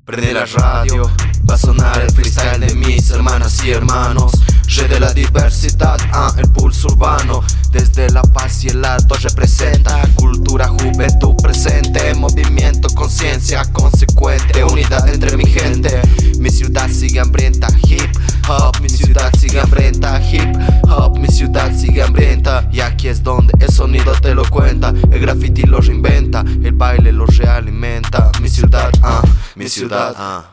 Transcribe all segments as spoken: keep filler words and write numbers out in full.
Prende la radio, va a sonar el freestyle de mis hermanas y hermanos. Red de la diversidad, ah, el pulso urbano. Desde La Paz y el Alto representa cultura, juventud presente, movimiento, conciencia consecuente, unidad entre mi gente. Mi ciudad sigue hambrienta, hip hop. Mi ciudad sigue hambrienta, hip hop. Mi ciudad sigue hambrienta. Y aquí es donde el sonido te lo cuenta. El graffiti lo reinventa, el baile lo realimenta. Mi ciudad, ah, mi ciudad, ah.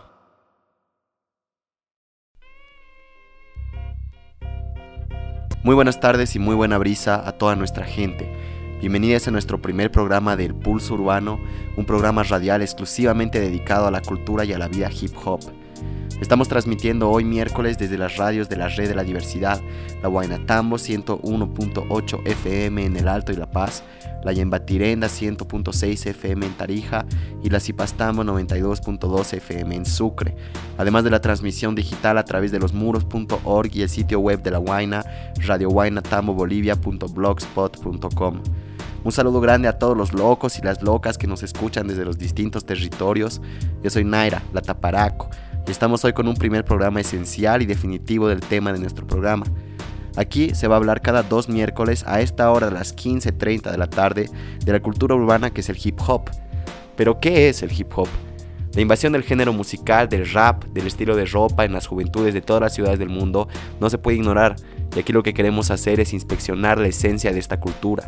Muy buenas tardes y muy buena brisa a toda nuestra gente. Bienvenidos a nuestro primer programa del Pulso Urbano, un programa radial exclusivamente dedicado a la cultura y a la vida hip hop. Estamos transmitiendo hoy miércoles desde las radios de la Red de la Diversidad, la Huaynatambo ciento uno punto ocho F M en El Alto y La Paz, la Yembatirenda cien punto seis F M en Tarija y la Cipastambo noventa y dos punto dos F M en Sucre, además de la transmisión digital a través de los muros punto org y el sitio web de la Huayna, radio huaynatambo bolivia punto blogspot punto com. Un saludo grande a todos los locos y las locas que nos escuchan desde los distintos territorios. Yo soy Naira, la Taparaco, y estamos hoy con un primer programa esencial y definitivo del tema de nuestro programa. Aquí se va a hablar cada dos miércoles a esta hora de las quince treinta de la tarde de la cultura urbana que es el hip hop. ¿Pero qué es el hip hop? La invasión del género musical, del rap, del estilo de ropa en las juventudes de todas las ciudades del mundo no se puede ignorar, y aquí lo que queremos hacer es inspeccionar la esencia de esta cultura.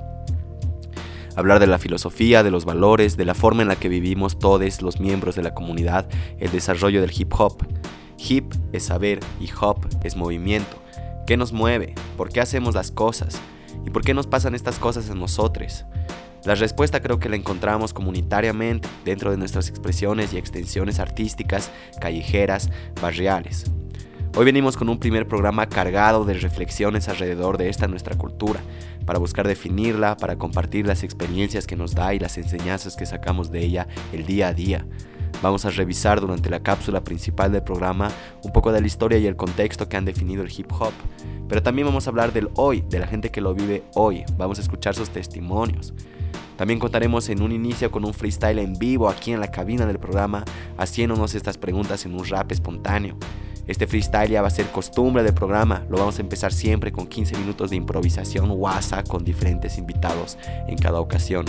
Hablar de la filosofía, de los valores, de la forma en la que vivimos todos los miembros de la comunidad, el desarrollo del hip hop. Hip es saber y hop es movimiento. ¿Qué nos mueve? ¿Por qué hacemos las cosas? ¿Y por qué nos pasan estas cosas a nosotros? La respuesta creo que la encontramos comunitariamente dentro de nuestras expresiones y extensiones artísticas, callejeras, barriales. Hoy venimos con un primer programa cargado de reflexiones alrededor de esta nuestra cultura, para buscar definirla, para compartir las experiencias que nos da y las enseñanzas que sacamos de ella el día a día. Vamos a revisar durante la cápsula principal del programa un poco de la historia y el contexto que han definido el hip hop, pero también vamos a hablar del hoy, de la gente que lo vive hoy. Vamos a escuchar sus testimonios. También contaremos en un inicio con un freestyle en vivo aquí en la cabina del programa, haciéndonos estas preguntas en un rap espontáneo. Este freestyle ya va a ser costumbre del programa. Lo vamos a empezar siempre con quince minutos de improvisación WhatsApp con diferentes invitados en cada ocasión.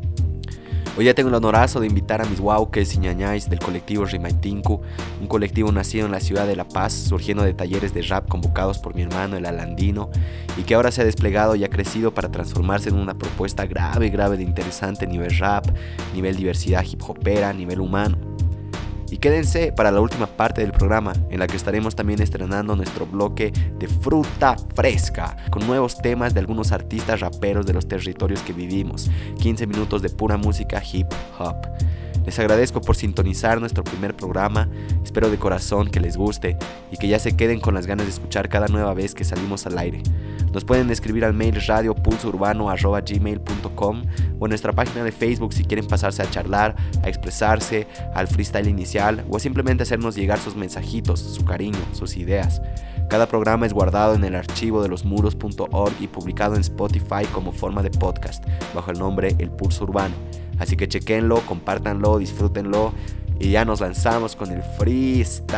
Hoy ya tengo el honorazo de invitar a mis guauques y ñañáis del colectivo Rimaitinku, un colectivo nacido en la ciudad de La Paz, surgiendo de talleres de rap convocados por mi hermano el Alandino, y que ahora se ha desplegado y ha crecido para transformarse en una propuesta grave, grave de interesante nivel rap, nivel diversidad hip hopera, nivel humano. Y quédense para la última parte del programa, en la que estaremos también estrenando nuestro bloque de fruta fresca, con nuevos temas de algunos artistas raperos de los territorios que vivimos, quince minutos de pura música hip hop. Les agradezco por sintonizar nuestro primer programa, espero de corazón que les guste y que ya se queden con las ganas de escuchar cada nueva vez que salimos al aire. Nos pueden escribir al mail radio pulso urbano arroba gmail punto com o en nuestra página de Facebook si quieren pasarse a charlar, a expresarse, al freestyle inicial o simplemente hacernos llegar sus mensajitos, su cariño, sus ideas. Cada programa es guardado en el archivo de los muros punto org y publicado en Spotify como forma de podcast, bajo el nombre El Pulso Urbano. Así que chequenlo, compártanlo, disfrútenlo y ya nos lanzamos con el freestyle.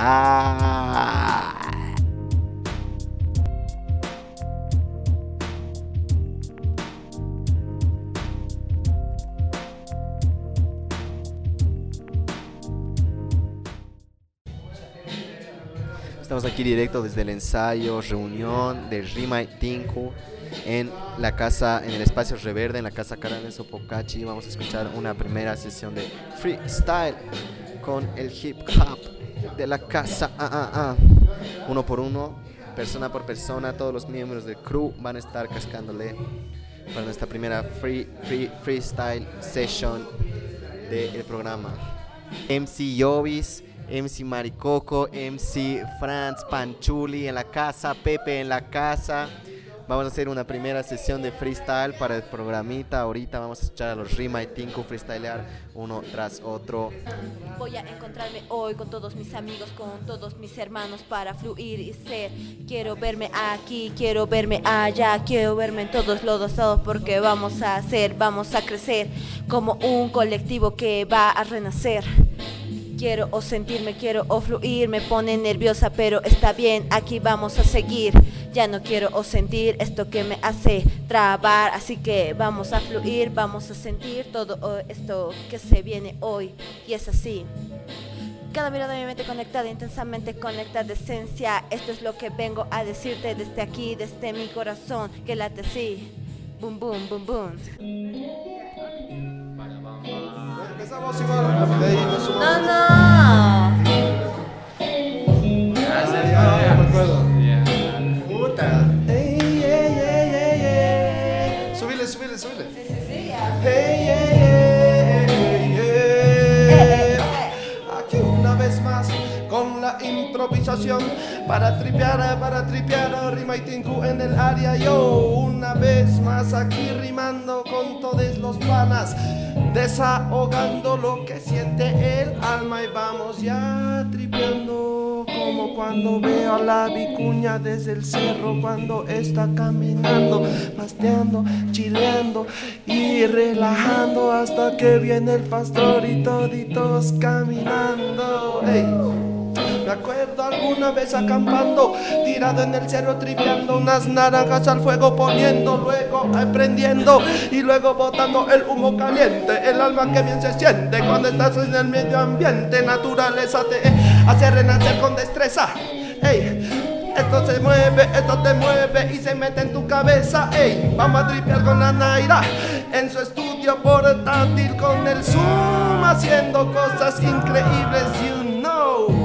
Estamos aquí directo desde el ensayo, reunión de Rimaitinku en la casa, en el espacio Reverde, en la casa Carane Sopocachi. Vamos a escuchar una primera sesión de freestyle con el hip hop de la casa. Ah, ah, ah. Uno por uno, persona por persona, todos los miembros del crew van a estar cascándole para nuestra primera free, free, freestyle session del programa. M C Yovis, M C Maricoco, M C Franz Panchuli en la casa, Pepe en la casa. Vamos a hacer una primera sesión de freestyle para el programita. Ahorita vamos a escuchar a los Rimaitinku freestylear uno tras otro. Voy a encontrarme hoy con todos mis amigos, con todos mis hermanos para fluir y ser. Quiero verme aquí, quiero verme allá, quiero verme en todos los lados porque vamos a hacer, vamos a crecer como un colectivo que va a renacer. Quiero o sentirme, quiero o fluir, me pone nerviosa, pero está bien, aquí vamos a seguir. Ya no quiero o sentir esto que me hace trabar, así que vamos a fluir, vamos a sentir todo esto que se viene hoy, y es así. Cada mirada de mi mente conectada, intensamente conectada de esencia. Esto es lo que vengo a decirte desde aquí, desde mi corazón, que late así. Boom, boom, boom, boom. Empezamos igual, pedimos un No, no. ya me acuerdo. Puta. Hey, hey, hey, hey, hey. Subile, subile, subile. Sí, sí, sí, ya. Hey, hey, hey, hey, hey. Aquí una vez más con la improvisación para tripear, para tripear, rima y tinku en el área. Yo una vez más aquí rimando con todos los panas, desahogando lo que siente el alma, y vamos ya tripeando como cuando veo a la vicuña desde el cerro cuando está caminando, pasteando, chileando y relajando hasta que viene el pastor y toditos caminando. Hey. Me acuerdo alguna vez acampando, tirado en el cerro tripeando, unas naranjas al fuego poniendo, luego prendiendo y luego botando el humo caliente. El alma que bien se siente cuando estás en el medio ambiente. Naturaleza te hace renacer con destreza. Ey, esto se mueve, esto te mueve y se mete en tu cabeza. Ey, vamos a tripear con la Naira en su estudio portátil con el Zoom, haciendo cosas increíbles, you know.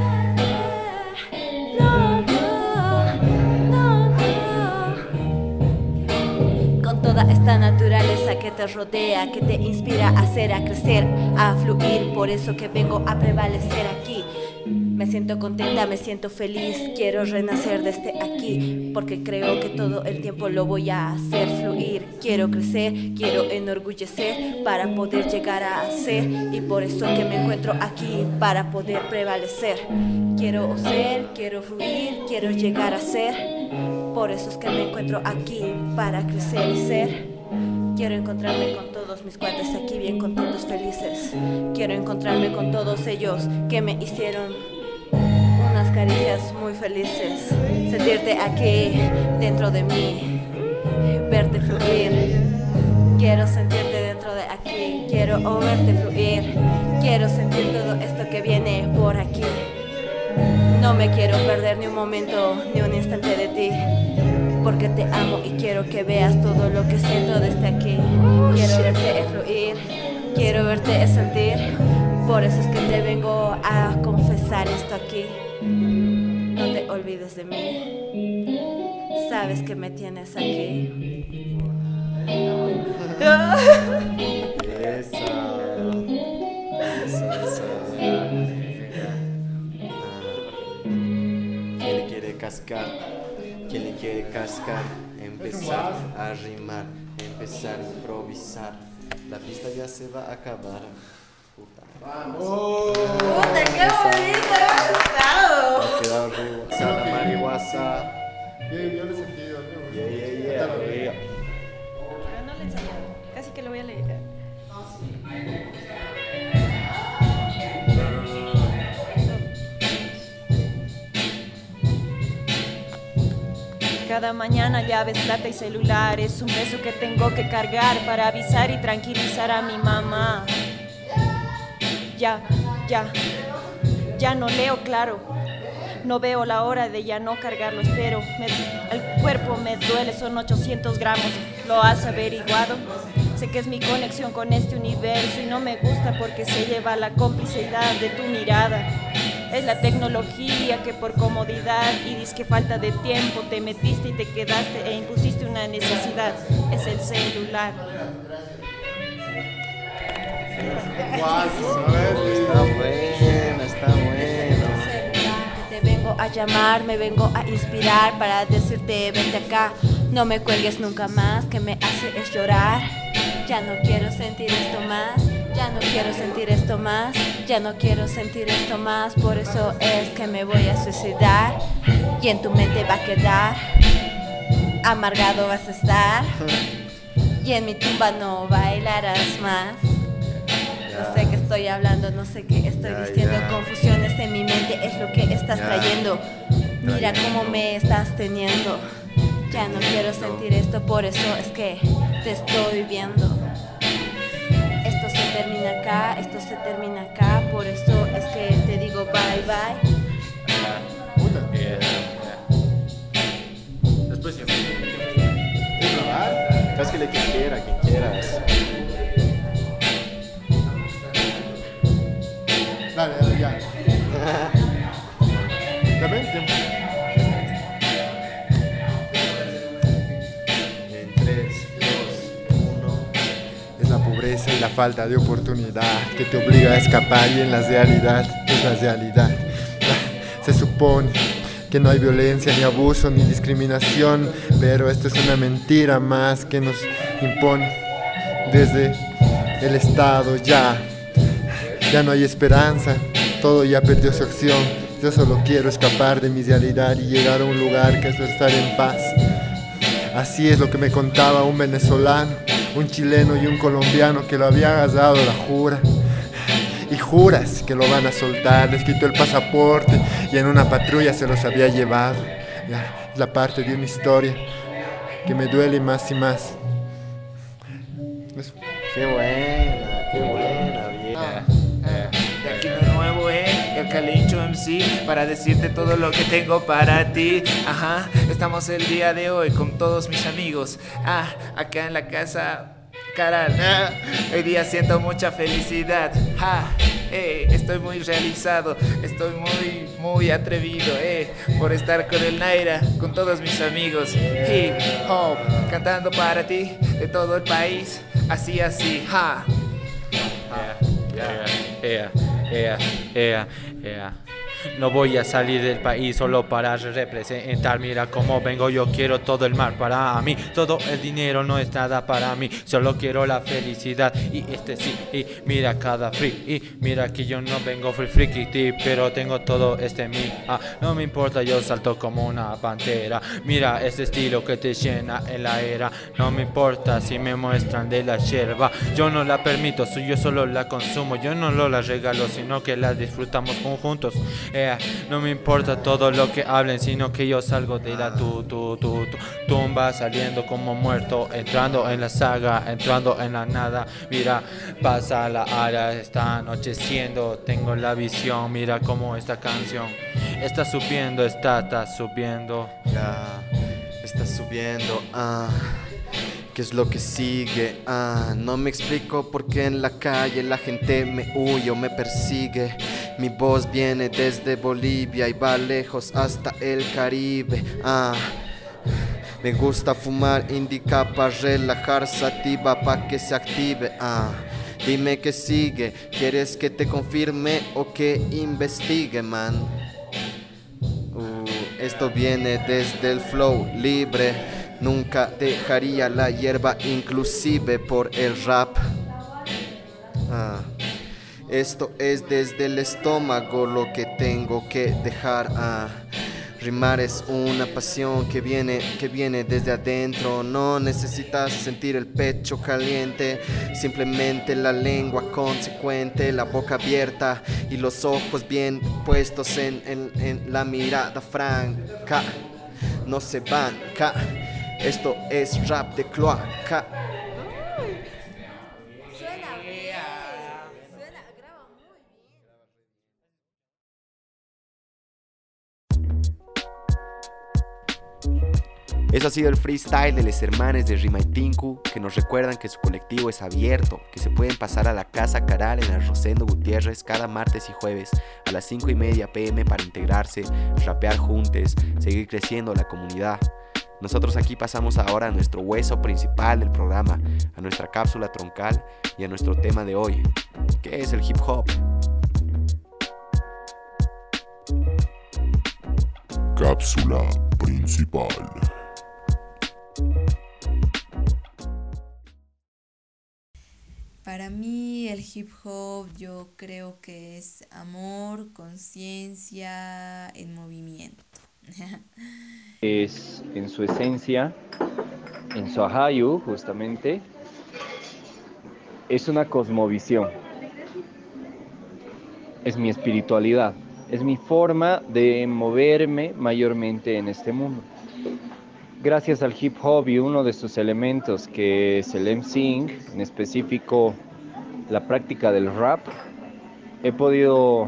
Toda esta naturaleza que te rodea, que te inspira a hacer, a crecer, a fluir. Por eso que vengo a prevalecer aquí. Me siento contenta, me siento feliz. Quiero renacer desde aquí, porque creo que todo el tiempo lo voy a hacer fluir. Quiero crecer, quiero enorgullecer para poder llegar a ser. Y por eso que me encuentro aquí, para poder prevalecer. Quiero ser, quiero fluir, quiero llegar a ser. Por eso es que me encuentro aquí, para crecer y ser. Quiero encontrarme con todos mis cuates aquí bien contentos, felices. Quiero encontrarme con todos ellos que me hicieron unas caricias muy felices. Sentirte aquí dentro de mí, verte fluir. Quiero sentirte dentro de aquí, quiero verte fluir. Quiero sentir todo esto que viene por aquí. No me quiero perder ni un momento, ni un instante de ti, porque te amo y quiero que veas todo lo que siento desde aquí. Quiero verte fluir, quiero verte sentir. Por eso es que te vengo a confesar esto aquí. No te olvides de mí. Sabes que me tienes aquí. Eso. Eso, eso. ¿Quién le quiere cascar? ¿Quién le quiere cascar? Empezar a rimar, empezar a improvisar. La pista ya se va a acabar. Puta. ¡Vamos! ¡Puta, qué bonito! ¡Me ha Ha quedado re la marihuasa. Bien, yo lo he sentido. ¿No? Yeah, yeah, yeah. Pero no le he ensayado, casi que lo voy a leer. Cada mañana llaves, plata y celular. Es un beso que tengo que cargar para avisar y tranquilizar a mi mamá. Ya, ya, ya no leo claro. No veo la hora de ya no cargarlo, espero. Me, el cuerpo me duele, son ochocientos gramos. ¿Lo has averiguado? Sé que es mi conexión con este universo y no me gusta porque se lleva la complicidad de tu mirada. Es la tecnología que por comodidad y disque falta de tiempo te metiste y te quedaste e impusiste una necesidad. Es el celular. Está bueno, está bueno. Te vengo a llamar, me vengo a inspirar para decirte vente acá. No me cuelgues nunca más, que me hace es llorar. Ya no quiero sentir esto más. Ya no quiero sentir esto más, ya no quiero sentir esto más. Por eso es que me voy a suicidar. Y en tu mente va a quedar, amargado vas a estar. Y en mi tumba no bailarás más. No sé qué estoy hablando, no sé qué estoy Ya, diciendo, ya. confusiones en mi mente es lo que estás Ya. trayendo. Mira cómo me estás teniendo. Ya no quiero sentir esto, por eso es que te estoy viendo. Esto se termina acá, esto se termina acá, por eso es que te digo bye bye. Yeah, yeah. Después yo. ¿Quieres grabar? Cásquele quien quiera, quien quieras. Dale, dale, ya. Dame el tiempo. En tres, dos, uno. Es la pobreza y la falta de oportunidad que te obliga a escapar y en la realidad es la realidad. Se supone que no hay violencia, ni abuso, ni discriminación, pero esto es una mentira más que nos impone desde el Estado. Ya, ya no hay esperanza, todo ya perdió su acción. Yo solo quiero escapar de mi realidad y llegar a un lugar que es estar en paz. Así es lo que me contaba un venezolano, un chileno y un colombiano que lo había agarrado la jura. Y juras que lo van a soltar, les quitó el pasaporte y en una patrulla se los había llevado. Ya, es la parte de una historia que me duele más y más. Eso. Qué buena, qué buena, vieja. De aquí de nuevo, eh, el Calincho M C para decirte todo lo que tengo para ti. Ajá, estamos el día de hoy con todos mis amigos. Ah, acá en la casa. Caral, ah, hoy día siento mucha felicidad. Ah, eh, estoy muy realizado, estoy muy, muy atrevido, eh, por estar con el Naira, con todos mis amigos. Hip hop, cantando para ti, de todo el país, así, así, ja. Yeah, yeah, yeah, yeah, yeah. No voy a salir del país solo para representar. Mira cómo vengo, yo quiero todo el mar para mí. Todo el dinero no es nada para mí, solo quiero la felicidad. Y este sí, y mira cada free. Y mira que yo no vengo free freaky, pero tengo todo este mí. Ah, no me importa, yo salto como una pantera. Mira este estilo que te llena en la era. No me importa si me muestran de la yerba, yo no la permito, yo solo la consumo. Yo no lo la regalo, sino que la disfrutamos conjuntos. Eh, no me importa todo lo que hablen, sino que yo salgo de la tu, tu, tu, tu, tumba, saliendo como muerto, entrando en la saga, entrando en la nada. Mira, pasa la hora, está anocheciendo, tengo la visión. Mira cómo esta canción está subiendo, está, está subiendo. Ya, está subiendo. Ah, ¿qué es lo que sigue? Ah, no me explico por qué en la calle la gente me huye o me persigue. Mi voz viene desde Bolivia y va lejos hasta el Caribe. Ah, me gusta fumar indica para relajar, sativa pa' que se active. Ah, dime qué sigue, ¿quieres que te confirme o que investigue, man? Uh, esto viene desde el flow libre. Nunca dejaría la hierba inclusive por el rap. Ah, esto es desde el estómago lo que tengo que dejar. Ah, rimar es una pasión que viene, que viene desde adentro. No necesitas sentir el pecho caliente, simplemente la lengua consecuente, la boca abierta y los ojos bien puestos en, en, en la mirada franca. No se banca. Esto es rap de cloaca. Suena bien, suena, graba muy bien. Eso ha sido el freestyle de los hermanos de Rimaitinku, que nos recuerdan que su colectivo es abierto, que se pueden pasar a la Casa Caral en el Rosendo Gutiérrez cada martes y jueves a las cinco y media pm para integrarse, rapear juntos, seguir creciendo la comunidad. Nosotros aquí pasamos ahora a nuestro hueso principal del programa, a nuestra cápsula troncal y a nuestro tema de hoy, que es el hip hop. Cápsula principal. Para mí el hip hop yo creo que es amor, conciencia en movimiento. Es en su esencia, en su ahayu justamente, es una cosmovisión. es mi espiritualidad, es mi forma de moverme mayormente en este mundo. Gracias al hip hop y uno de sus elementos, que es el emceeing, en específico la práctica del rap, he podido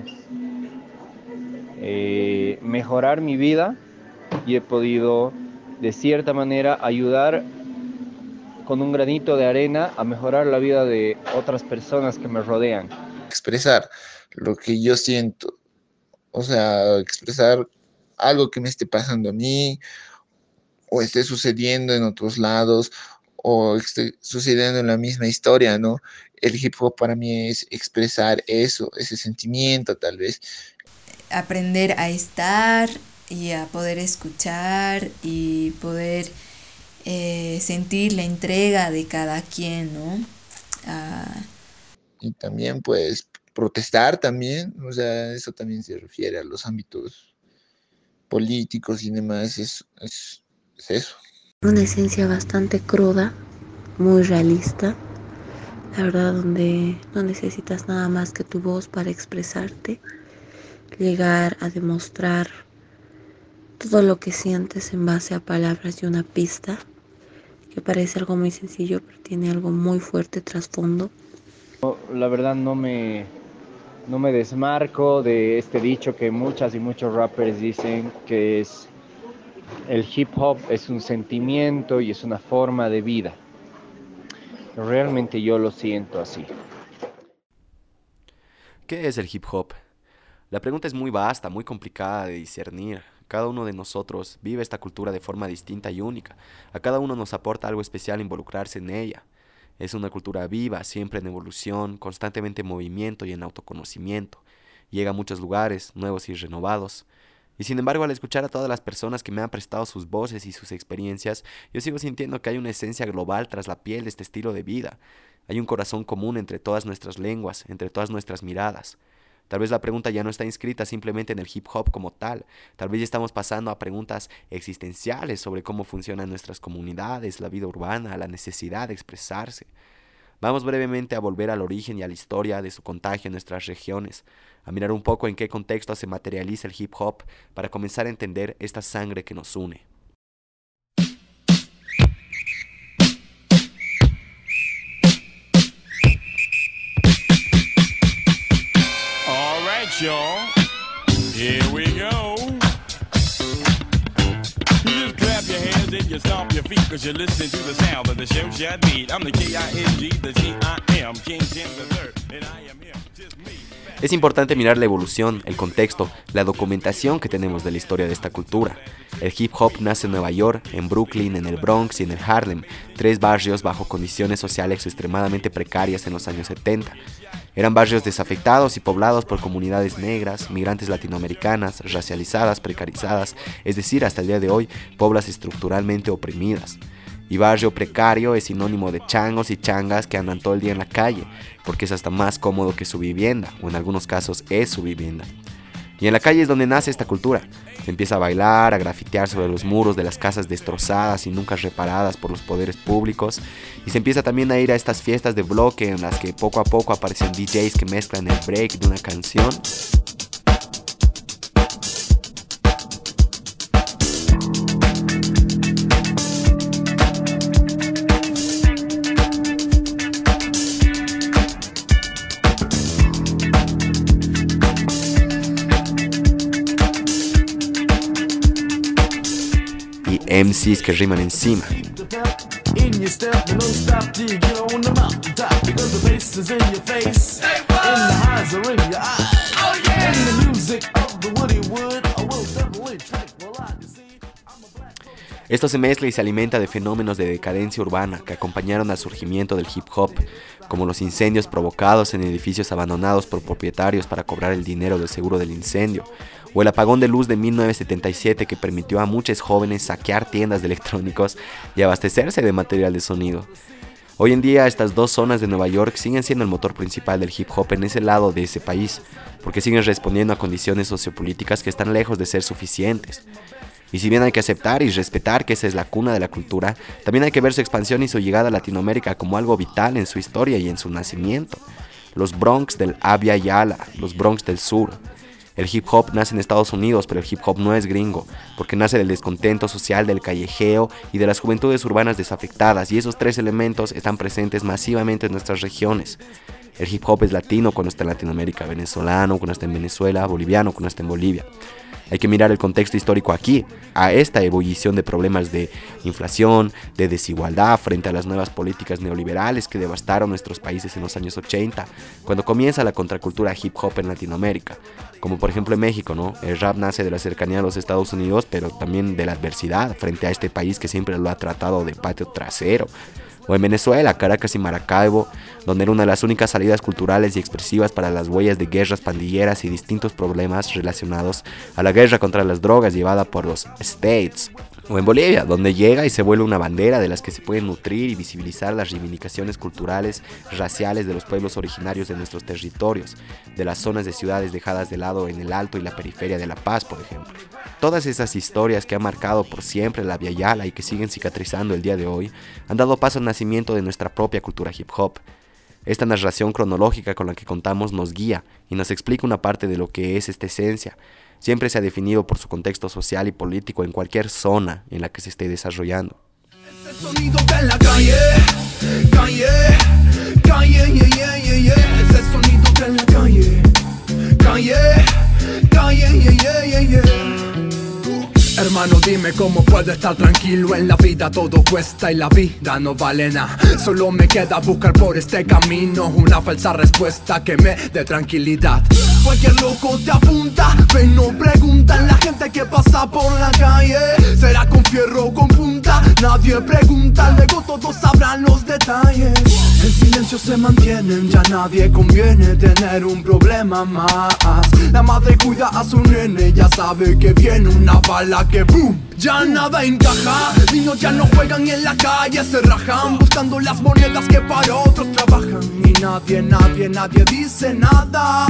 eh, mejorar mi vida y he podido de cierta manera ayudar con un granito de arena a mejorar la vida de otras personas que me rodean. Expresar lo que yo siento, o sea, expresar algo que me esté pasando a mí o esté sucediendo en otros lados o esté sucediendo en la misma historia, ¿no? El hip hop para mí es expresar eso, ese sentimiento tal vez. Aprender a estar y a poder escuchar y poder eh, sentir la entrega de cada quien, ¿no? Uh... Y también pues protestar también, o sea, eso también se refiere a los ámbitos políticos y demás, es, es, es eso. Una esencia bastante cruda, muy realista, la verdad, donde no necesitas nada más que tu voz para expresarte, llegar a demostrar todo lo que sientes en base a palabras y una pista, que parece algo muy sencillo, pero tiene algo muy fuerte trasfondo. La verdad no me, no me desmarco de este dicho que muchas y muchos rappers dicen, que es el hip hop es un sentimiento y es una forma de vida. Realmente yo lo siento así. ¿Qué es el hip hop? La pregunta es muy vasta, muy complicada de discernir. Cada uno de nosotros vive esta cultura de forma distinta y única. A cada uno nos aporta algo especial involucrarse en ella. Es una cultura viva, siempre en evolución, constantemente en movimiento y en autoconocimiento. Llega a muchos lugares, nuevos y renovados. Y sin embargo, al escuchar a todas las personas que me han prestado sus voces y sus experiencias, yo sigo sintiendo que hay una esencia global tras la piel de este estilo de vida. Hay un corazón común entre todas nuestras lenguas, entre todas nuestras miradas. Tal vez la pregunta ya no está inscrita simplemente en el hip hop como tal. Tal vez ya estamos pasando a preguntas existenciales sobre cómo funcionan nuestras comunidades, la vida urbana, la necesidad de expresarse. Vamos brevemente a volver al origen y a la historia de su contagio en nuestras regiones, a mirar un poco en qué contexto se materializa el hip hop para comenzar a entender esta sangre que nos une. All right, y'all. Here we go. You just clap your hands and you stomp your feet, cause you're listening to the sound of the show shot beat. I'm the K I N G, the G I M, King Tim the third, and I am him, just me. Es importante mirar la evolución, el contexto, la documentación que tenemos de la historia de esta cultura. El hip hop nace en Nueva York, en Brooklyn, en el Bronx y en el Harlem, tres barrios bajo condiciones sociales extremadamente precarias en los años setenta. Eran barrios desafectados y poblados por comunidades negras, migrantes latinoamericanas, racializadas, precarizadas, es decir, hasta el día de hoy, poblas estructuralmente oprimidas. Y barrio precario es sinónimo de changos y changas que andan todo el día en la calle, porque es hasta más cómodo que su vivienda, o en algunos casos es su vivienda. Y en la calle es donde nace esta cultura. Se empieza a bailar, a grafitear sobre los muros de las casas destrozadas y nunca reparadas por los poderes públicos. Y se empieza también a ir a estas fiestas de bloque en las que poco a poco aparecen D Js que mezclan el break de una canción. M Cs que riman encima. Esto se mezcla y se alimenta de fenómenos de decadencia urbana que acompañaron al surgimiento del hip hop, como los incendios provocados en edificios abandonados por propietarios para cobrar el dinero del seguro del incendio, o el apagón de luz de mil novecientos setenta y siete que permitió a muchos jóvenes saquear tiendas de electrónicos y abastecerse de material de sonido. Hoy en día estas dos zonas de Nueva York siguen siendo el motor principal del hip hop en ese lado de ese país, porque siguen respondiendo a condiciones sociopolíticas que están lejos de ser suficientes. Y si bien hay que aceptar y respetar que esa es la cuna de la cultura, también hay que ver su expansión y su llegada a Latinoamérica como algo vital en su historia y en su nacimiento. los Bronx del Abya Yala, los Bronx del sur. El hip hop nace en Estados Unidos, pero el hip hop no es gringo, porque nace del descontento social, del callejeo y de las juventudes urbanas desafectadas, y esos tres elementos están presentes masivamente en nuestras regiones. El hip hop es latino cuando está en Latinoamérica, venezolano cuando está en Venezuela, boliviano cuando está en Bolivia. Hay que mirar el contexto histórico aquí, a esta ebullición de problemas de inflación, de desigualdad frente a las nuevas políticas neoliberales que devastaron nuestros países en los años ochenta, cuando comienza la contracultura hip hop en Latinoamérica, como por ejemplo en México, ¿no? El rap nace de la cercanía a los Estados Unidos, pero también de la adversidad frente a este país que siempre lo ha tratado de patio trasero. O en Venezuela, Caracas y Maracaibo, donde era una de las únicas salidas culturales y expresivas para las huellas de guerras pandilleras y distintos problemas relacionados a la guerra contra las drogas llevada por los States. O en Bolivia, donde llega y se vuelve una bandera de las que se pueden nutrir y visibilizar las reivindicaciones culturales, raciales de los pueblos originarios de nuestros territorios, de las zonas de ciudades dejadas de lado en el Alto y la periferia de La Paz, por ejemplo. Todas esas historias que han marcado por siempre la Abya Yala y que siguen cicatrizando el día de hoy, han dado paso al nacimiento de nuestra propia cultura hip hop. Esta narración cronológica con la que contamos nos guía y nos explica una parte de lo que es esta esencia. Siempre se ha definido por su contexto social y político en cualquier zona en la que se esté desarrollando. Ese sonido de la calle, calle, calle, yeah, yeah, yeah, yeah. Ese sonido de la calle, calle, calle, yeah, yeah, yeah, yeah. Hermano, dime cómo puedo estar tranquilo en la vida. Todo cuesta y la vida no vale nada. Solo me queda buscar por este camino una falsa respuesta que me dé tranquilidad. Cualquier loco te apunta, pero no preguntan. La gente que pasa por la calle será con fierro o con punta. Nadie pregunta, luego todos sabrán los detalles. En silencio se mantienen, ya nadie conviene tener un problema más. La madre cuida a su nene, ya sabe que viene una bala que boom, ya nada encaja. Niños ya no juegan en la calle, se rajan buscando las monedas que para otros trabajan. Y nadie, nadie, nadie dice nada.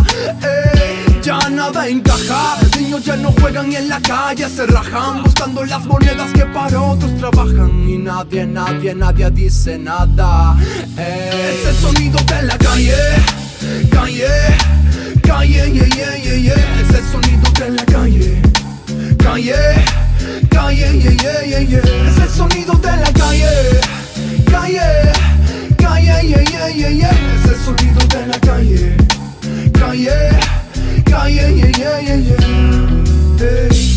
Ey, ya nada encaja. Niños ya no juegan en la calle, se rajan buscando las monedas que para otros trabajan. Y nadie, nadie, nadie dice nada. Ey, es el sonido de la calle, calle, calle, yeah, yeah, yeah, yeah. Es el sonido de la calle, calle, calle, yeah, yeah, yeah, yeah. Es el sonido de la calle, calle, calle, yeah, yeah, yeah, yeah. Es el sonido de la calle, calle, calle, yeah, yeah, yeah, yeah. Hey.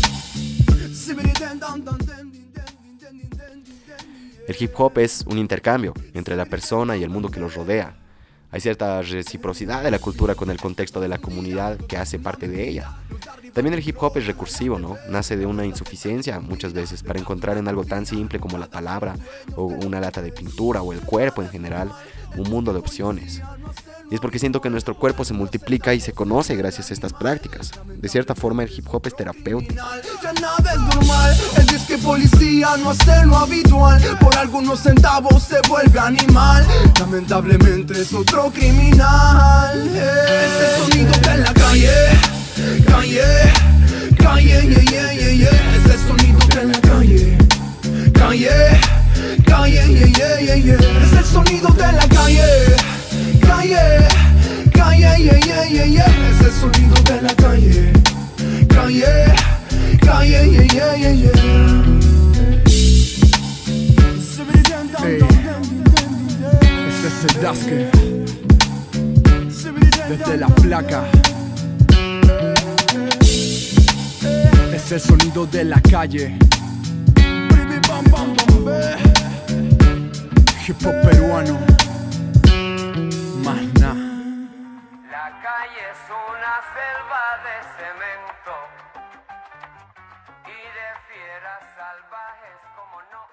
El hip hop es un intercambio entre la persona y el mundo que los rodea. Hay cierta reciprocidad de la cultura con el contexto de la comunidad que hace parte de ella. También el hip hop es recursivo, ¿no? Nace de una insuficiencia muchas veces para encontrar en algo tan simple como la palabra o una lata de pintura o el cuerpo en general un mundo de opciones. Y es porque siento que nuestro cuerpo se multiplica y se conoce gracias a estas prácticas. De cierta forma el hip hop es terapéutico. Ya nada es normal, el disque policía no hace lo habitual. Por algunos centavos se vuelve animal. Lamentablemente es otro criminal. Hey. Es el sonido de la calle, calle, calle, yeah, yeah, yeah, yeah. Es el sonido de la calle, calle, calle, yeah, yeah, yeah, yeah. Es el sonido de la calle, calle, calle, yeah, yeah, yeah, yeah. Es el sonido de la calle, calle, calle, yeah, yeah, yeah, yeah. Hey. Este es el Daske desde la placa. Es el sonido de la calle. Hip hop peruano. Más nada. La calle es una selva de cemento y de fieras salvajes como no.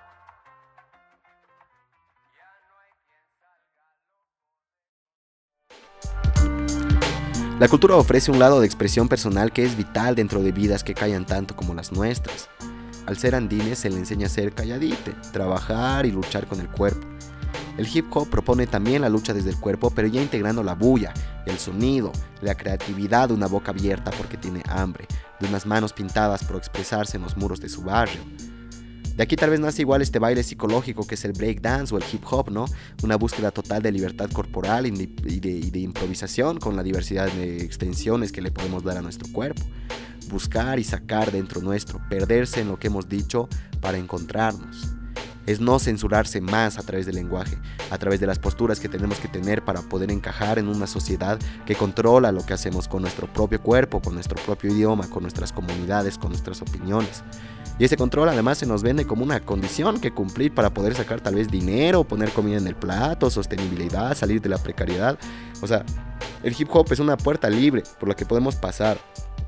La cultura ofrece un lado de expresión personal que es vital dentro de vidas que callan tanto como las nuestras. Al ser andines se le enseña a ser calladite, trabajar y luchar con el cuerpo. El hip hop propone también la lucha desde el cuerpo, pero ya integrando la bulla, el sonido, la creatividad de una boca abierta porque tiene hambre, de unas manos pintadas por expresarse en los muros de su barrio. De aquí tal vez nace igual este baile psicológico que es el breakdance o el hip hop, ¿no? Una búsqueda total de libertad corporal y de, y de, y de improvisación con la diversidad de extensiones que le podemos dar a nuestro cuerpo. Buscar y sacar dentro nuestro, perderse en lo que hemos dicho para encontrarnos. Es no censurarse más a través del lenguaje, a través de las posturas que tenemos que tener para poder encajar en una sociedad que controla lo que hacemos con nuestro propio cuerpo, con nuestro propio idioma, con nuestras comunidades, con nuestras opiniones. Y ese control además se nos vende como una condición que cumplir para poder sacar tal vez dinero, poner comida en el plato, sostenibilidad, salir de la precariedad. O sea, el hip hop es una puerta libre por la que podemos pasar,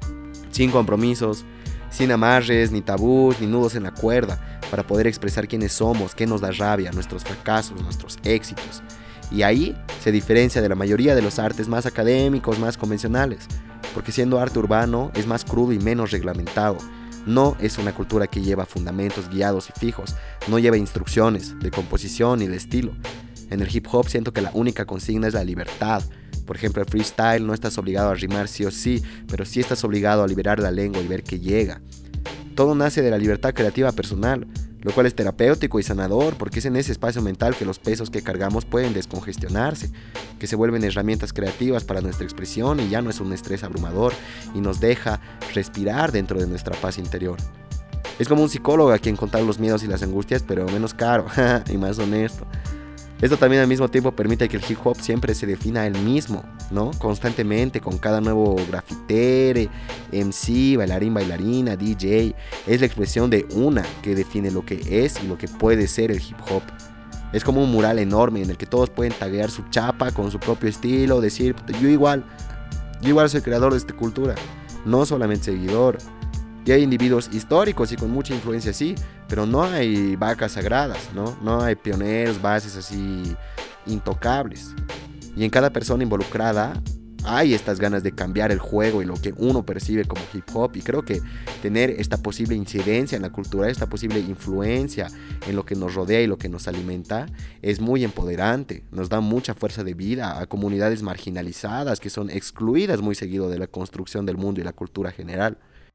sin compromisos, sin amarres, ni tabús, ni nudos en la cuerda, para poder expresar quiénes somos, qué nos da rabia, nuestros fracasos, nuestros éxitos. Y ahí se diferencia de la mayoría de los artes más académicos, más convencionales, porque siendo arte urbano es más crudo y menos reglamentado. No es una cultura que lleva fundamentos guiados y fijos, no lleva instrucciones de composición ni de estilo. En el hip hop siento que la única consigna es la libertad. Por ejemplo, el freestyle no estás obligado a rimar sí o sí, pero sí estás obligado a liberar la lengua y ver qué llega. Todo nace de la libertad creativa personal, lo cual es terapéutico y sanador, porque es en ese espacio mental que los pesos que cargamos pueden descongestionarse, que se vuelven herramientas creativas para nuestra expresión y ya no es un estrés abrumador y nos deja respirar dentro de nuestra paz interior. Es como un psicólogo a quien contar los miedos y las angustias, pero menos caro y más honesto. Esto también al mismo tiempo permite que el hip hop siempre se defina a él mismo, ¿no? Constantemente, con cada nuevo grafitere, M C, bailarín, bailarina, D J. Es la expresión de una que define lo que es y lo que puede ser el hip hop. Es como un mural enorme en el que todos pueden taguear su chapa con su propio estilo, decir, yo igual, yo igual soy creador de esta cultura, no solamente seguidor. Y hay individuos históricos y con mucha influencia, sí, pero no hay vacas sagradas, ¿no? No hay pioneros, bases así intocables. Y en cada persona involucrada hay estas ganas de cambiar el juego y lo que uno percibe como hip hop. Y creo que tener esta posible incidencia en la cultura, esta posible influencia en lo que nos rodea y lo que nos alimenta, es muy empoderante. Nos da mucha fuerza de vida a comunidades marginalizadas que son excluidas muy seguido de la construcción del mundo y la cultura general.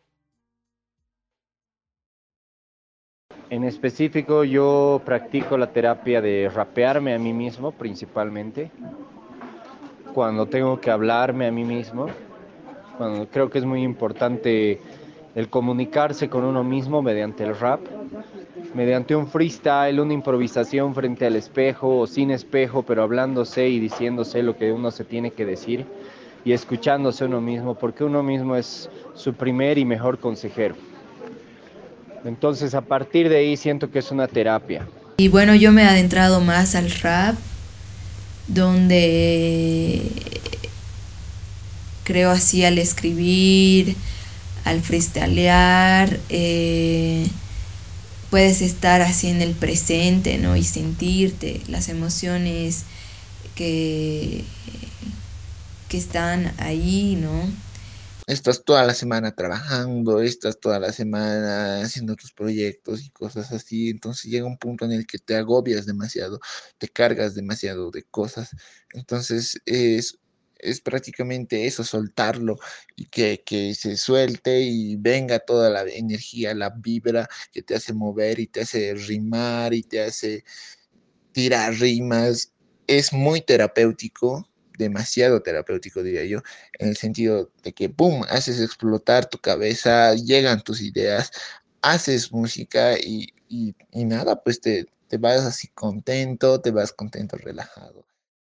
En específico, yo practico la terapia de rapearme a mí mismo principalmente. Cuando tengo que hablarme a mí mismo, cuando creo que es muy importante el comunicarse con uno mismo mediante el rap, mediante un freestyle, una improvisación frente al espejo o sin espejo, pero hablándose y diciéndose lo que uno se tiene que decir y escuchándose uno mismo, porque uno mismo es su primer y mejor consejero. Entonces, a partir de ahí siento que es una terapia. Y bueno, yo me he adentrado más al rap, donde creo así al escribir, al freestylear, eh, puedes estar así en el presente, ¿no? Y sentirte las emociones que, que están ahí, ¿no? Estás toda la semana trabajando, estás toda la semana haciendo tus proyectos y cosas así, entonces llega un punto en el que te agobias demasiado, te cargas demasiado de cosas, entonces es, es prácticamente eso, soltarlo y que, que se suelte y venga toda la energía, la vibra que te hace mover y te hace rimar y te hace tirar rimas, es muy terapéutico. Demasiado terapéutico, diría yo, en el sentido de que, ¡pum!, haces explotar tu cabeza, llegan tus ideas, haces música y, y, y nada, pues te, te vas así contento, te vas contento, relajado.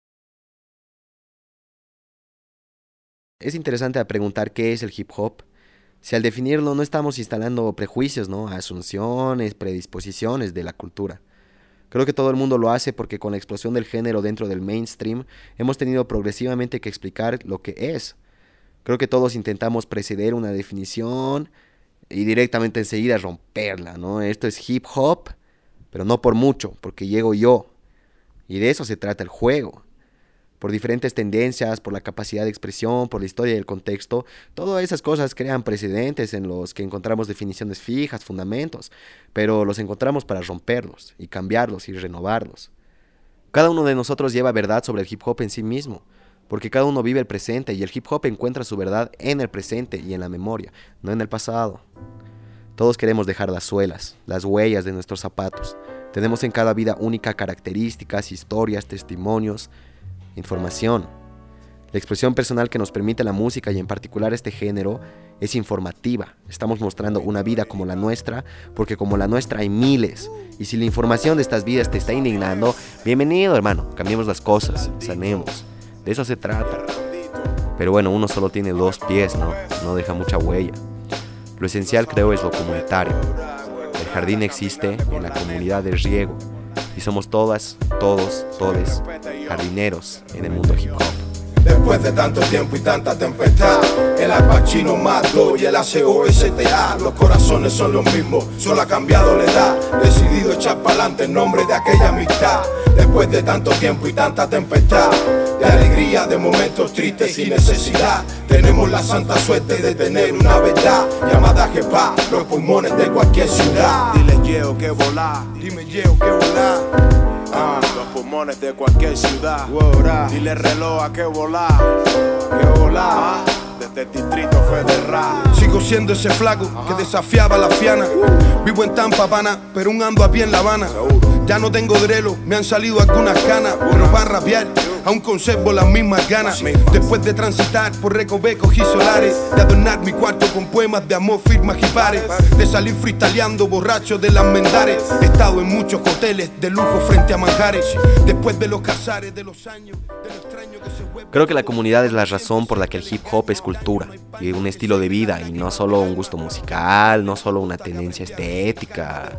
Es interesante preguntar qué es el hip hop. Si al definirlo no estamos instalando prejuicios, ¿no? Asunciones, predisposiciones de la cultura. Creo que todo el mundo lo hace porque con la explosión del género dentro del mainstream hemos tenido progresivamente que explicar lo que es. Creo que todos intentamos preceder una definición y directamente enseguida romperla, ¿no? Esto es hip hop, pero no por mucho, porque llego yo. Y de eso se trata el juego. Por diferentes tendencias, por la capacidad de expresión, por la historia y el contexto, todas esas cosas crean precedentes en los que encontramos definiciones fijas, fundamentos, pero los encontramos para romperlos y cambiarlos y renovarlos. Cada uno de nosotros lleva verdad sobre el hip hop en sí mismo, porque cada uno vive el presente y el hip hop encuentra su verdad en el presente y en la memoria, no en el pasado. Todos queremos dejar las suelas, las huellas de nuestros zapatos. Tenemos en cada vida única características, historias, testimonios, información. La expresión personal que nos permite la música y en particular este género es informativa. Estamos mostrando una vida como la nuestra, porque como la nuestra hay miles. Y si la información de estas vidas te está indignando, bienvenido, hermano. Cambiemos las cosas, sanemos. De eso se trata. Pero bueno, uno solo tiene dos pies, ¿no? No deja mucha huella. Lo esencial, creo, es lo comunitario. El jardín existe en la comunidad del riego. Y somos todas, todos, todes jardineros en el mundo hip hop. Después de tanto tiempo y tanta tempestad, el Al Pacino mató y el A C O S T A. Los corazones son los mismos, solo ha cambiado la edad. Decidido echar pa'lante en nombre de aquella amistad. Después de tanto tiempo y tanta tempestad, de alegría, de momentos tristes y necesidad, tenemos la santa suerte de tener una verdad llamada Jepa, los pulmones de cualquier ciudad. Dile Yeo que volá, dime Yeo que volá. Ah, los pulmones de cualquier ciudad. Dile reloj a que volar, que volar. Desde el distrito federal. Sigo siendo ese flaco que desafiaba a la fiana. Vivo en Tampa, Habana, pero un ando a pie en La Habana. Ya no tengo drelo, me han salido algunas canas, pero para rapear aún conservo las mismas ganas. Después de transitar por recovecos y solares, de adornar mi cuarto con poemas de amor, firmas y pares, de salir freestyleando borracho de las mendares. He estado en muchos hoteles de lujo frente a manjares. Después de los casares, de los años, de lo extraño que se vuelve. Creo que la comunidad es la razón por la que el hip hop es cultura y un estilo de vida, y no solo un gusto musical, no solo una tendencia estética.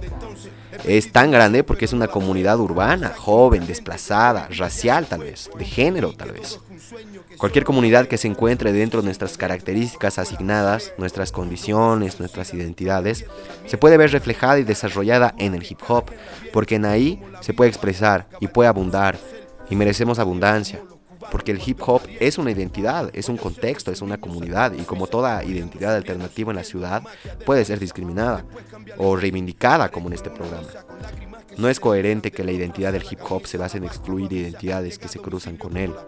Es tan grande porque es una comunidad urbana, joven, desplazada, racial tal vez, de género tal vez. Cualquier comunidad que se encuentre dentro de nuestras características asignadas, nuestras condiciones, nuestras identidades, se puede ver reflejada y desarrollada en el hip hop, porque en ahí se puede expresar y puede abundar, y merecemos abundancia. Porque el hip hop es una identidad, es un contexto, es una comunidad, y como toda identidad alternativa en la ciudad puede ser discriminada o reivindicada, como en este programa. No es coherente que la identidad del hip hop se base en excluir identidades que se cruzan con él.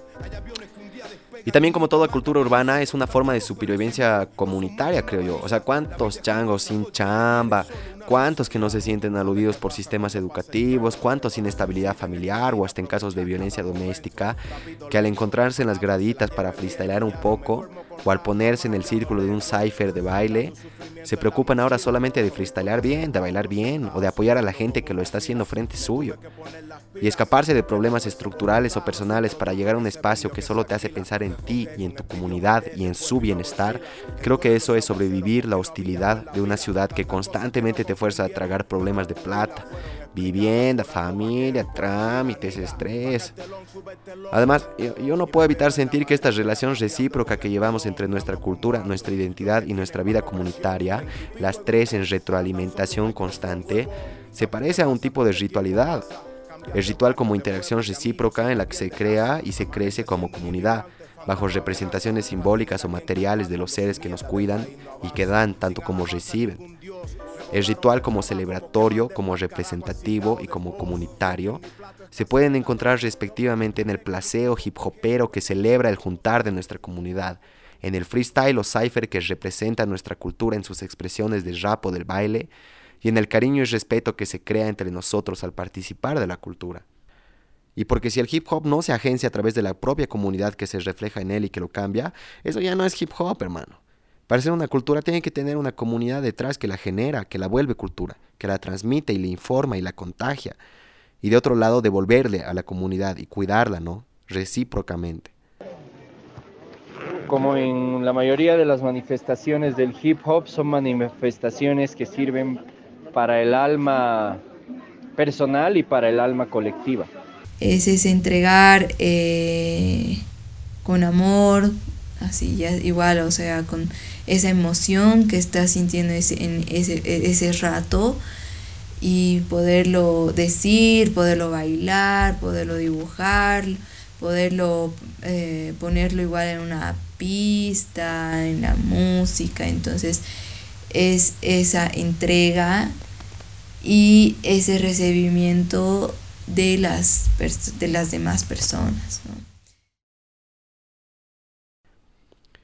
Y también, como toda cultura urbana, es una forma de supervivencia comunitaria, creo yo. O sea, ¿cuántos changos sin chamba? ¿Cuántos que no se sienten aludidos por sistemas educativos? ¿Cuántos sin estabilidad familiar o hasta en casos de violencia doméstica que al encontrarse en las graditas para freestylear un poco o al ponerse en el círculo de un cypher de baile, se preocupan ahora solamente de freestylear bien, de bailar bien o de apoyar a la gente que lo está haciendo frente suyo? Y escaparse de problemas estructurales o personales para llegar a un espacio que solo te hace pensar en ti y en tu comunidad y en su bienestar, creo que eso es sobrevivir la hostilidad de una ciudad que constantemente te fuerza a tragar problemas de plata, vivienda, familia, trámites, estrés. Además, yo, yo no puedo evitar sentir que esta relación recíproca que llevamos entre nuestra cultura, nuestra identidad y nuestra vida comunitaria, las tres en retroalimentación constante, se parece a un tipo de ritualidad. El ritual como interacción recíproca en la que se crea y se crece como comunidad, bajo representaciones simbólicas o materiales de los seres que nos cuidan y que dan tanto como reciben. El ritual como celebratorio, como representativo y como comunitario se pueden encontrar respectivamente en el placeo hip hopero que celebra el juntar de nuestra comunidad, en el freestyle o cypher que representa nuestra cultura en sus expresiones de rap o del baile, y en el cariño y respeto que se crea entre nosotros al participar de la cultura. Y porque si el hip hop no se agencia a través de la propia comunidad que se refleja en él y que lo cambia, eso ya no es hip hop, hermano. Para ser una cultura tiene que tener una comunidad detrás que la genera, que la vuelve cultura, que la transmite y le informa y la contagia. Y de otro lado, devolverle a la comunidad y cuidarla, ¿no? Recíprocamente. Como en la mayoría de las manifestaciones del hip hop, son manifestaciones que sirven para el alma personal y para el alma colectiva. Es, es entregar eh, con amor, así ya igual, o sea, con esa emoción que estás sintiendo ese, en ese, ese rato, y poderlo decir, poderlo bailar, poderlo dibujar, poderlo eh, ponerlo igual en una pista, en la música. Entonces es esa entrega y ese recibimiento de las, pers- de las demás personas, ¿no?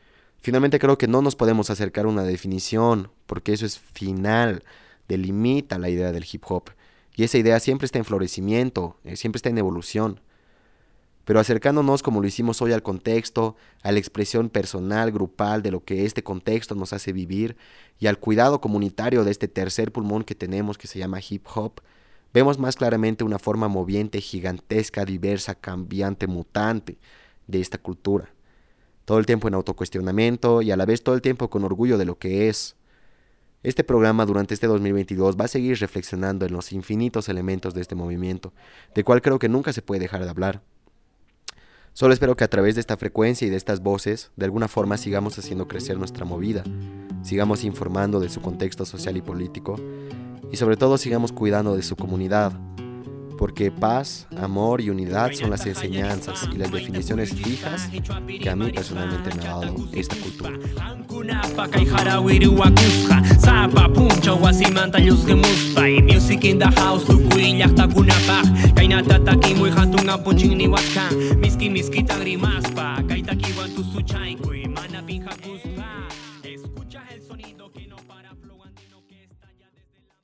Finalmente creo que no nos podemos acercar a una definición, porque eso es final, delimita la idea del hip hop. Y esa idea siempre está en florecimiento, eh, siempre está en evolución. Pero acercándonos como lo hicimos hoy al contexto, a la expresión personal, grupal de lo que este contexto nos hace vivir y al cuidado comunitario de este tercer pulmón que tenemos que se llama hip hop, vemos más claramente una forma moviente, gigantesca, diversa, cambiante, mutante de esta cultura. Todo el tiempo en autocuestionamiento y a la vez todo el tiempo con orgullo de lo que es. Este programa durante este dos mil veintidós va a seguir reflexionando en los infinitos elementos de este movimiento, del cual creo que nunca se puede dejar de hablar. Solo espero que a través de esta frecuencia y de estas voces, de alguna forma sigamos haciendo crecer nuestra movida, sigamos informando de su contexto social y político, y sobre todo sigamos cuidando de su comunidad, porque paz, amor y unidad son las enseñanzas y las definiciones fijas que a mí personalmente me ha dado esta cultura. Pakai harawiru wakusha Sapa puncha wasimanta luzge muspai Music in the house lukui llakta kunapaj Kainata taki muy hatunga punchin ni watkan Miski miski tagrimaspa Kaitaki wantu suchaikui Mana pinja kuspa Escucha el sonido que no para flowantino que estalla desde la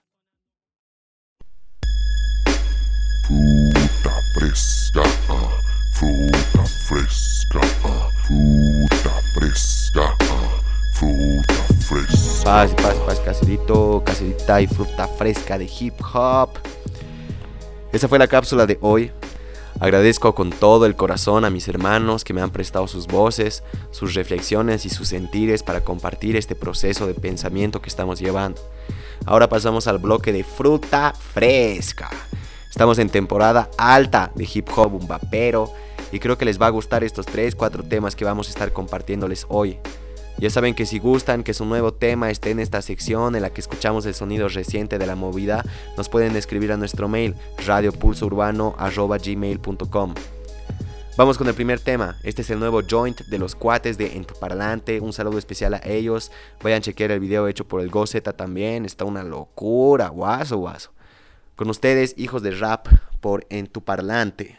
mañana. Fruta fresca, ah, fruta fresca, ah, fruta fresca, ah, fruta fresca. Paz, paz, paz, caserito, caserita y fruta fresca de hip hop. Esa fue la cápsula de hoy. Agradezco con todo el corazón a mis hermanos que me han prestado sus voces, sus reflexiones y sus sentires para compartir este proceso de pensamiento que estamos llevando. Ahora pasamos al bloque de fruta fresca. Estamos en temporada alta de hip hop bumbapero y creo que les va a gustar estos tres, cuatro temas que vamos a estar compartiéndoles hoy. Ya saben que si gustan que su nuevo tema esté en esta sección en la que escuchamos el sonido reciente de la movida, nos pueden escribir a nuestro mail radio pulso urbano arroba gmail punto com. Vamos con el primer tema. Este es el nuevo joint de los cuates de En Tu Parlante. Un saludo especial a ellos. Vayan a chequear el video hecho por el Gozeta también. Está una locura, guaso, guaso. Con ustedes, hijos de rap, por En Tu Parlante.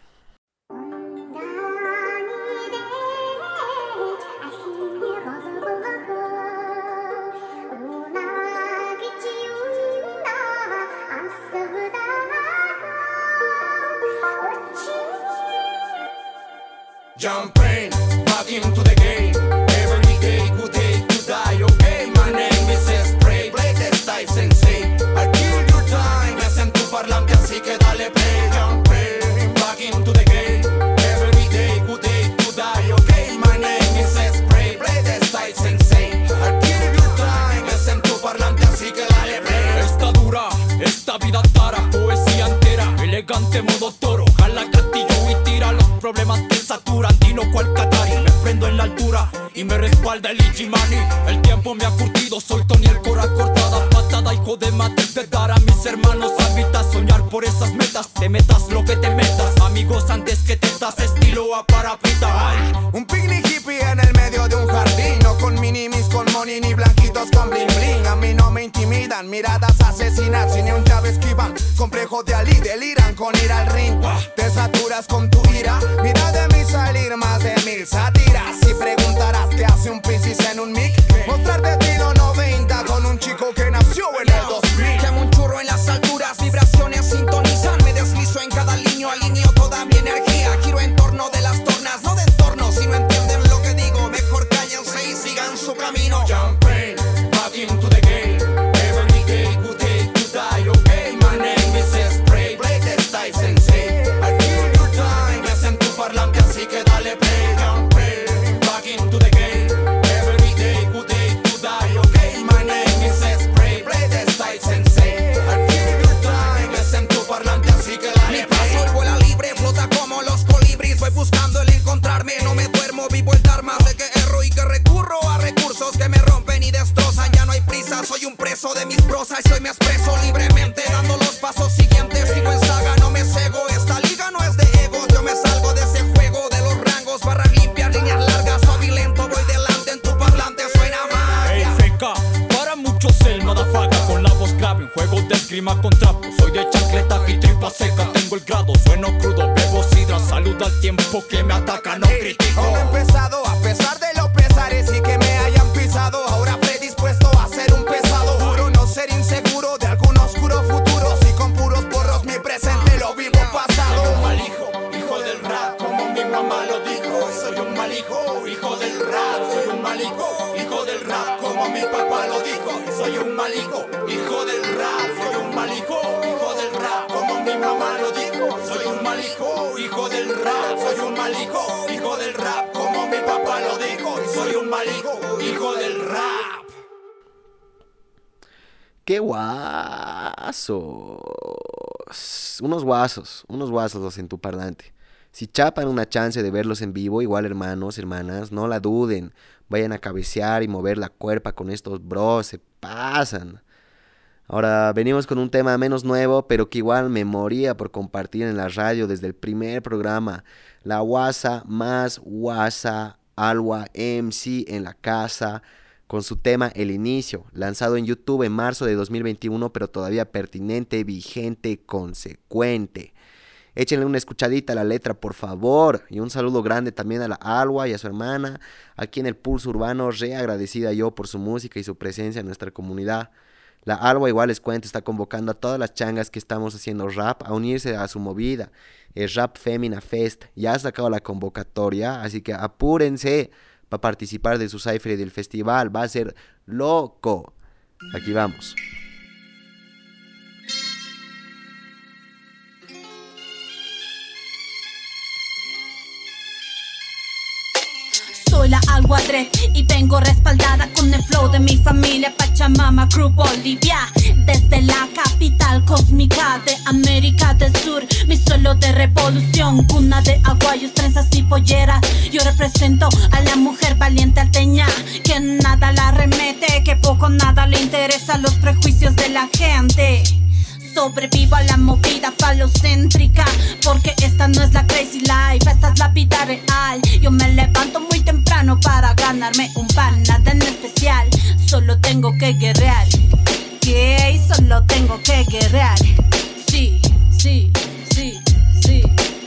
Jumping back into the game. Every day, good day to die. Okay, my name is Spray. Play this type sensei. I'll kill your time. Es En Tu Parlante, así que dale play. Jumping back into the game. Every day, good day to die. Okay, my name is Spray. Play this type sensei. I'll kill your time. Es En Tu Parlante, así que dale play. Está dura, esta vida tara. Poesía entera, elegante modo toro. Jala castillo y tira los problemas que saturan. Dino cual Qatari, me prendo en la altura y me respalda el Igimani. El tiempo me ha curtido, soy Tony el cora cortada. Patada, hijo de madre, de dar a mis hermanos. Habita soñar por esas metas, te metas lo que te metas. Amigos antes que te das estilo a parapita. Ay. Un picnic hippie en el medio de un jardín. No con minimis, con money ni blanquitos con bling bling. A mí no me intimidan, miradas asesinas. Sin ni un llave esquivan, complejo de Ali, deliran con ir al ring. Te saturas con tu ira, mira de mí salir más de mil sátiras. Si preguntarás qué hace un Piscis en un mic, mostrarte estilo noventa con un chico que nació en el dos mil. Quemo un churro en las alturas, vibraciones sintonizan. Me deslizo en cada línea, alineo toda mi energía. Giro en torno de las tornas, no de entorno. Si no entienden lo que digo, mejor cállense y sigan su camino. Jumping back into the game. Every day, good day to die. Okay, my name is Spray. Play this type sensei. I'll kill your time. Es En Tu Parlante, así que dale play. Jumping back into the game. Every day, good day to die. Okay, my name is Spray. Play this type sensei. I'll kill your time. Es En Tu Parlante, así que dale Mi paso vuela libre, flota como los colibris. Voy buscando el encontrarme, no me duermo, vivo el dharma. Sé que erro y que recurro a recursos que me rompen y destrozan. Ya no hay prisa, soy un preso de mis prosas y hoy me expreso libremente, dando los pasos siguientes. Sigo en saga, no me cego, esta liga no es de egos. Yo me salgo de ese juego de los rangos, barras limpias, líneas largas. Soy lento, voy delante, En Tu Parlante suena magia. Hey, feca, para muchos el madafaga con la voz grave, un juego de esgrima con trapos. Soy de chancleta y tripa seca, tengo el grado, sueno crudo, bebo sidra. Saluda al tiempo que me ataca, no critico. Aún no he empezado a pesar de los pesares y que me mal hijo, hijo del rap, como mi papá lo dijo. Soy un mal hijo, hijo del rap. Soy un mal hijo, hijo del rap, como mi mamá lo dijo. Soy un mal hijo, hijo del rap. Soy un mal hijo, hijo del rap, como mi papá lo dijo. Soy un mal hijo, hijo del rap. ¡Qué guasos! Unos guasos, unos guasos los en tu parlante. Si chapan una chance de verlos en vivo, igual hermanos, hermanas, no la duden. Vayan a cabecear y mover la cuerpa con estos bros, se pasan. Ahora venimos con un tema menos nuevo, pero que igual me moría por compartir en la radio desde el primer programa. La guasa más guasa, Alwa M C en la casa, con su tema El Inicio, lanzado en YouTube en marzo de dos mil veintiuno, pero todavía pertinente, vigente, consecuente. Échenle una escuchadita a la letra, por favor. Y un saludo grande también a la Alwa y a su hermana, aquí en el Pulso Urbano, re agradecida yo por su música y su presencia en nuestra comunidad. La Alwa, igual les cuento, está convocando a todas las changas que estamos haciendo rap a unirse a su movida, el Rap Femina Fest. Ya ha sacado la convocatoria, así que apúrense para participar de su cipher y del festival. Va a ser loco. Aquí vamos. Soy la Alwa Dread y vengo respaldada con el flow de mi familia Pachamama Crew Bolivia. Desde la capital cósmica de América del Sur, mi suelo de revolución, cuna de aguayos, trenzas y polleras. Yo represento a la mujer valiente alteña, que nada la remete, que poco nada le interesa los prejuicios de la gente. Sobrevivo a la movida falocéntrica, porque esta no es la crazy life, esta es la vida real. Yo me levanto muy temprano para ganarme un pan, nada en especial, solo tengo que guerrear. Yeah, solo tengo que guerrear. Sí, sí, sí, sí.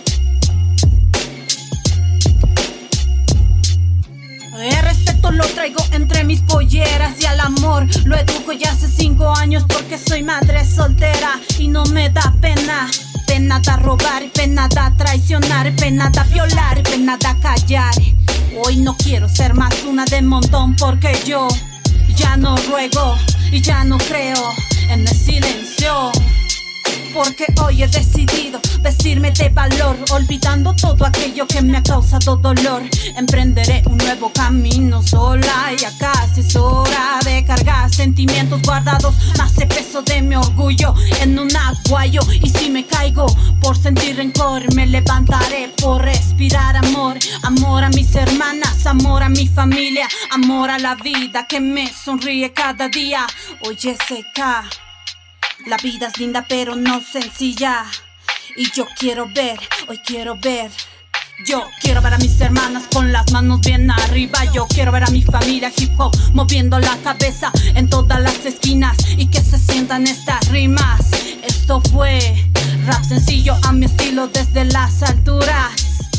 El respeto lo traigo entre mis polleras y al amor lo educo ya hace cinco años porque soy madre soltera y no me da pena. Pena da robar, pena da traicionar, pena da violar, pena da callar. Hoy no quiero ser más una de montón porque yo ya no ruego y ya no creo en el silencio. Porque hoy he decidido vestirme de valor, olvidando todo aquello que me ha causado dolor. Emprenderé un nuevo camino sola y ya casi es hora de cargar sentimientos guardados, más el peso de mi orgullo en un aguayo. Y si me caigo por sentir rencor, me levantaré por respirar amor. Amor a mis hermanas, amor a mi familia, amor a la vida que me sonríe cada día. Oye, S K, la vida es linda pero no sencilla. Y yo quiero ver, hoy quiero ver. Yo quiero ver a mis hermanas con las manos bien arriba. Yo quiero ver a mi familia hip hop moviendo la cabeza en todas las esquinas y que se sientan estas rimas. Esto fue rap sencillo a mi estilo desde las alturas.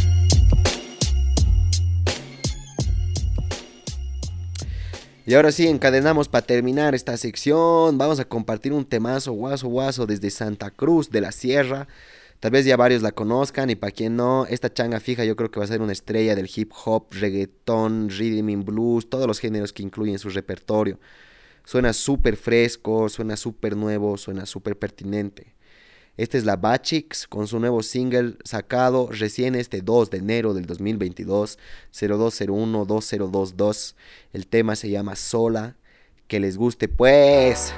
Y ahora sí, encadenamos para terminar esta sección. Vamos a compartir un temazo guaso guaso desde Santa Cruz de la Sierra. Tal vez ya varios la conozcan y para quien no, esta changa fija yo creo que va a ser una estrella del hip hop, reggaetón, rhythm and blues, todos los géneros que incluyen su repertorio. Suena súper fresco, suena súper nuevo, suena súper pertinente. Esta es la Bachix con su nuevo single sacado recién este dos de enero del dos mil veintidós, cero dos cero uno dos cero dos dos. El tema se llama Sola. Que les guste pues.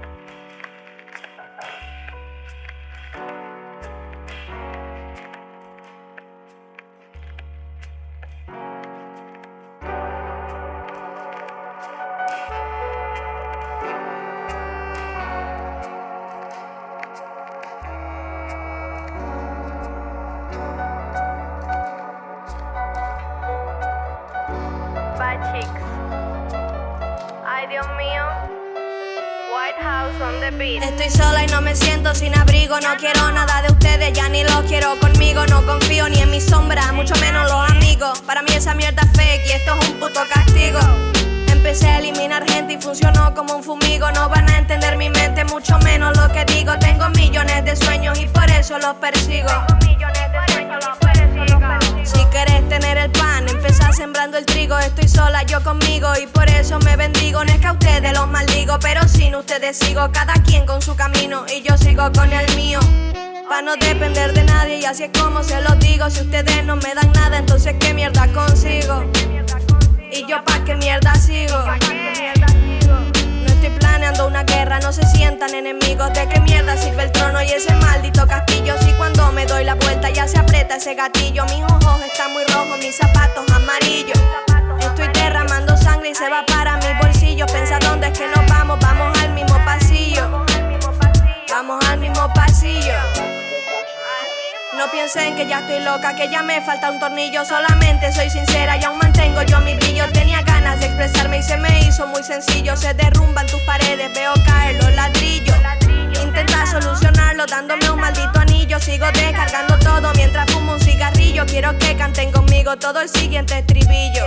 Ay, Dios mío. White House on the beat. Estoy sola y no me siento sin abrigo. No quiero nada de ustedes, ya ni lo quiero conmigo. No confío ni en mi sombra, mucho menos los amigos. Para mí esa mierda es fake y esto es un puto castigo. Empecé a eliminar gente y funcionó como un fumigo. No van a entender mi mente, mucho menos lo que digo. Tengo millones de sueños y por eso los persigo. Si querés tener el pan, empezá a sembrando el trigo. Estoy sola yo conmigo y por eso me bendigo. No es que a ustedes los maldigo, pero sin ustedes sigo. Cada quien con su camino y yo sigo con el mío. Pa' no depender de nadie y así es como se los digo. Si ustedes no me dan nada, entonces ¿qué mierda consigo? Y yo pa' qué mierda sigo. No estoy planeando una guerra, no se sientan enemigos. ¿De qué mierda sirve el trono y ese maldito castillo? Si cuando me doy la vuelta ya se aprieta ese gatillo. Mis ojos están muy rojos, mis zapatos amarillos. Estoy derramando sangre y se va para mi bolsillo. Pensa dónde es que nos vamos, vamos al mismo pasillo. Vamos al mismo pasillo. No piensen que ya estoy loca, que ya me falta un tornillo. Solamente soy sincera y aún mantengo yo mi brillo. Tenía ganas de expresarme y se me hizo muy sencillo. Se derrumban tus paredes, veo caer los ladrillos. Intenta solucionarlo dándome un maldito anillo. Sigo descargando todo mientras fumo un cigarrillo. Quiero que canten conmigo todo el siguiente estribillo.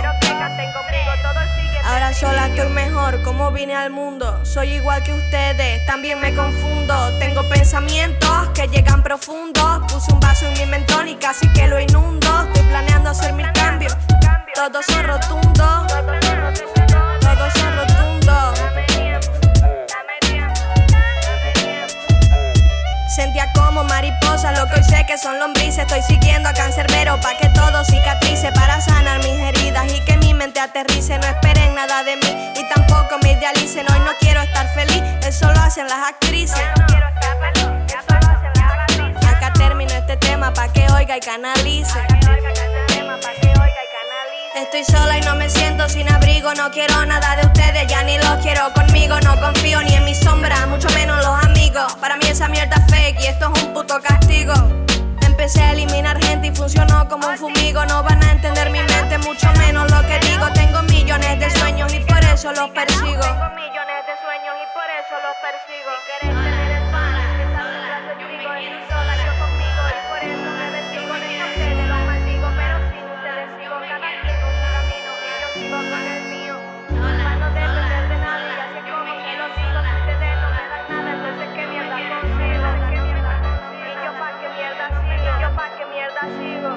Ahora sola estoy mejor, como vine al mundo. Soy igual que ustedes, también me confundo. Tengo pensamientos que llegan profundos. Puse un vaso en mi mentón y casi que lo inundo. Estoy planeando hacer mil cambios, todos son rotundos. Todos son rotundos. Sentía como mariposa lo que hoy sé que son lombrices. Estoy siguiendo a cancerbero pa' que todo cicatrice, para sanar mis heridas y que mi mente aterrice. No esperen nada de mí y tampoco me idealicen. Hoy no quiero estar feliz, eso lo hacen las actrices. Acá termino este tema pa' que oiga y canalice. Estoy sola y no me siento sin abrigo. No quiero nada de ustedes, ya ni los quiero conmigo. No confío ni en mi sombra, mucho menos los amigos. Para mí esa mierda es fake y esto es un puto castigo. Empecé a eliminar gente y funcionó como un fumigo. No van a entender mi mente, mucho menos lo que digo. Tengo millones de sueños y por eso los persigo. Tengo millones de sueños y por eso los persigo. Si querés tener el pan, que sabes lo que digo. Estoy sola yo conmigo y por eso me bendigo. No es que ustedes los maldigo, pero sin ustedes sigo. Cada quien con su camino y yo sigo con el mío. Para no depender de nadie y así es como se los digo. Si ustedes no me dan nada, entonces ¿qué mierda consigo? Y yo pa' qué mierda sigo. Y yo pa' qué mierda sigo.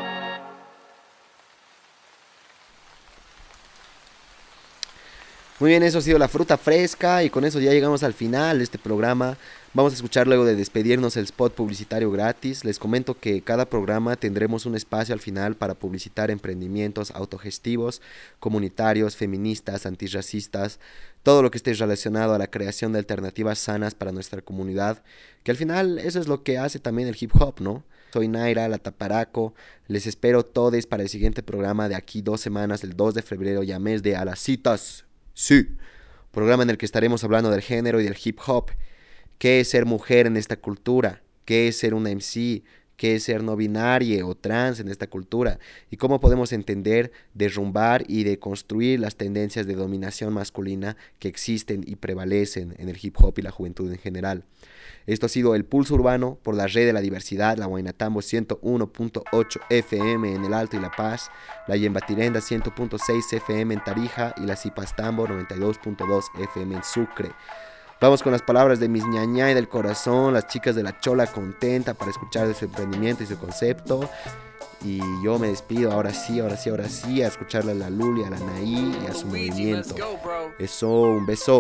Muy bien, eso ha sido La Fruta Fresca y con eso ya llegamos al final de este programa. Vamos a escuchar luego de despedirnos el spot publicitario gratis. Les comento que cada programa tendremos un espacio al final para publicitar emprendimientos autogestivos, comunitarios, feministas, antirracistas, todo lo que esté relacionado a la creación de alternativas sanas para nuestra comunidad, que al final eso es lo que hace también el hip hop, ¿no? Soy Naira, la Taparaco, les espero todos para el siguiente programa de aquí dos semanas, el dos de febrero, ya mes de A las Citas. Sí, programa en el que estaremos hablando del género y del hip hop. ¿Qué es ser mujer en esta cultura? ¿Qué es ser una M C? ¿Qué es ser no binaria o trans en esta cultura? Y cómo podemos entender, derrumbar y deconstruir las tendencias de dominación masculina que existen y prevalecen en el hip hop y la juventud en general. Esto ha sido El Pulso Urbano por la Red de la Diversidad, la Huaynatambo ciento uno punto ocho F M en El Alto y La Paz, la Yembatirenda cien punto seis F M en Tarija y la Cipastambo noventa y dos punto dos F M en Sucre. Vamos con las palabras de mis ñañay del corazón, las chicas de La Chola Contenta, para escuchar de su emprendimiento y su concepto. Y yo me despido, ahora sí, ahora sí, ahora sí, a escucharle a la Luli, a la Naí y a su movimiento. Eso, un beso.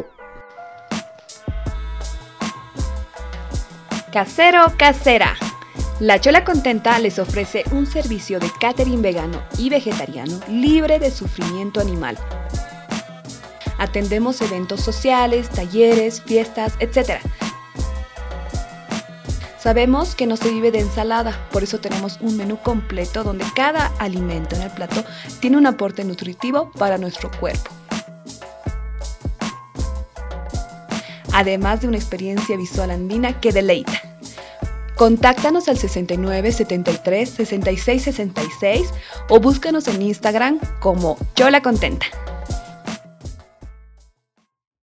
Casero, casera. La Chola Contenta les ofrece un servicio de catering vegano y vegetariano libre de sufrimiento animal. Atendemos eventos sociales, talleres, fiestas, etcétera. Sabemos que no se vive de ensalada, por eso tenemos un menú completo donde cada alimento en el plato tiene un aporte nutritivo para nuestro cuerpo. Además de una experiencia visual andina que deleita. Contáctanos al sesenta y nueve, setenta y tres, sesenta y seis, sesenta y seis o búscanos en Instagram como Chola Contenta.